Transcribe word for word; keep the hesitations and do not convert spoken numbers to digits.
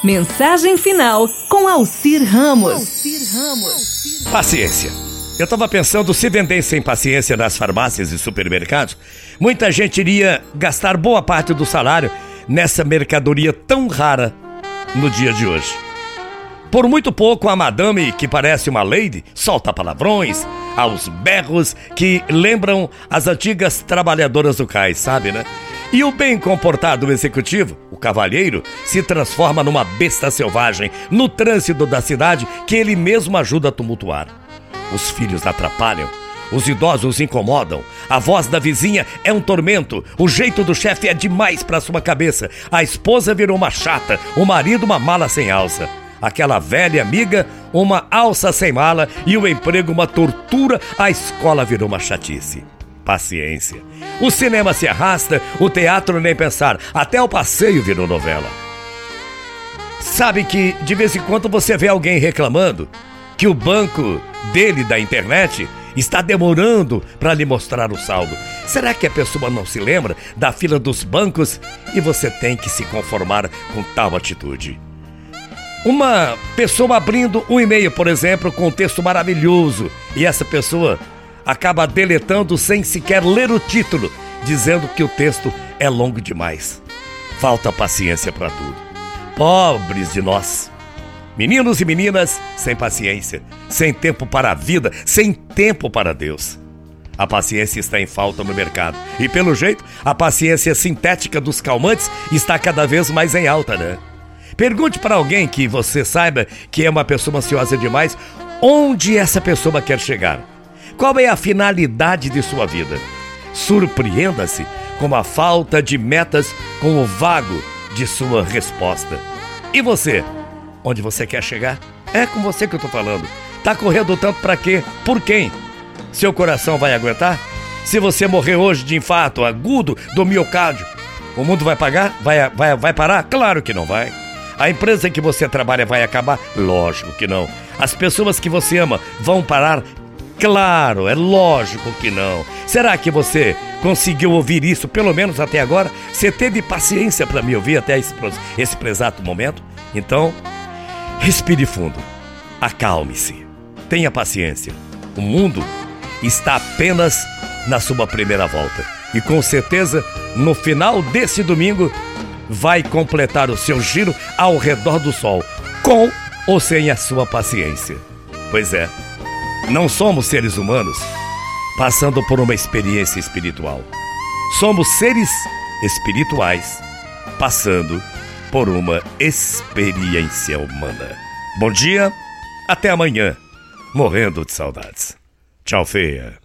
Mensagem final com Alcir Ramos. Paciência. Eu estava pensando, se vendessem paciência nas farmácias e supermercados, muita gente iria gastar boa parte do salário nessa mercadoria tão rara no dia de hoje. Por muito pouco, a madame, que parece uma lady, solta palavrões aos berros que lembram as antigas trabalhadoras do cais, sabe, né? E o bem comportado executivo, o cavalheiro, se transforma numa besta selvagem no trânsito da cidade que ele mesmo ajuda a tumultuar. Os filhos atrapalham, os idosos incomodam, a voz da vizinha é um tormento, o jeito do chefe é demais para sua cabeça, a esposa virou uma chata, o marido uma mala sem alça. Aquela velha amiga, uma alça sem mala, e o emprego uma tortura, a escola virou uma chatice. Paciência. O cinema se arrasta, o teatro nem pensar, até o passeio virou novela. Sabe que de vez em quando você vê alguém reclamando que o banco dele da internet está demorando para lhe mostrar o saldo. Será que a pessoa não se lembra da fila dos bancos e você tem que se conformar com tal atitude? Uma pessoa abrindo um e-mail, por exemplo, com um texto maravilhoso, e essa pessoa acaba deletando sem sequer ler o título, dizendo que o texto é longo demais. Falta paciência para tudo. Pobres de nós. Meninos e meninas sem paciência, sem tempo para a vida, sem tempo para Deus. A paciência está em falta no mercado. E pelo jeito, a paciência sintética dos calmantes está cada vez mais em alta, né? Pergunte para alguém que você saiba que é uma pessoa ansiosa demais, onde essa pessoa quer chegar. Qual é a finalidade de sua vida? Surpreenda-se com a falta de metas, com o vago de sua resposta. E você? Onde você quer chegar? É com você que eu tô falando. Tá correndo tanto pra quê? Por quem? Seu coração vai aguentar? Se você morrer hoje de infarto agudo do miocárdio, o mundo vai pagar? Vai, vai, vai parar? Claro que não vai. A empresa que você trabalha vai acabar? Lógico que não. As pessoas que você ama vão parar? Claro, é lógico que não. Será que você conseguiu ouvir isso pelo menos até agora? Você teve paciência para me ouvir até esse, esse exato momento? Então, respire fundo, acalme-se, tenha paciência. O mundo está apenas na sua primeira volta. E com certeza, no final desse domingo, vai completar o seu giro ao redor do sol, com ou sem a sua paciência. Pois é, não somos seres humanos passando por uma experiência espiritual. Somos seres espirituais passando por uma experiência humana. Bom dia, até amanhã, morrendo de saudades. Tchau, feia.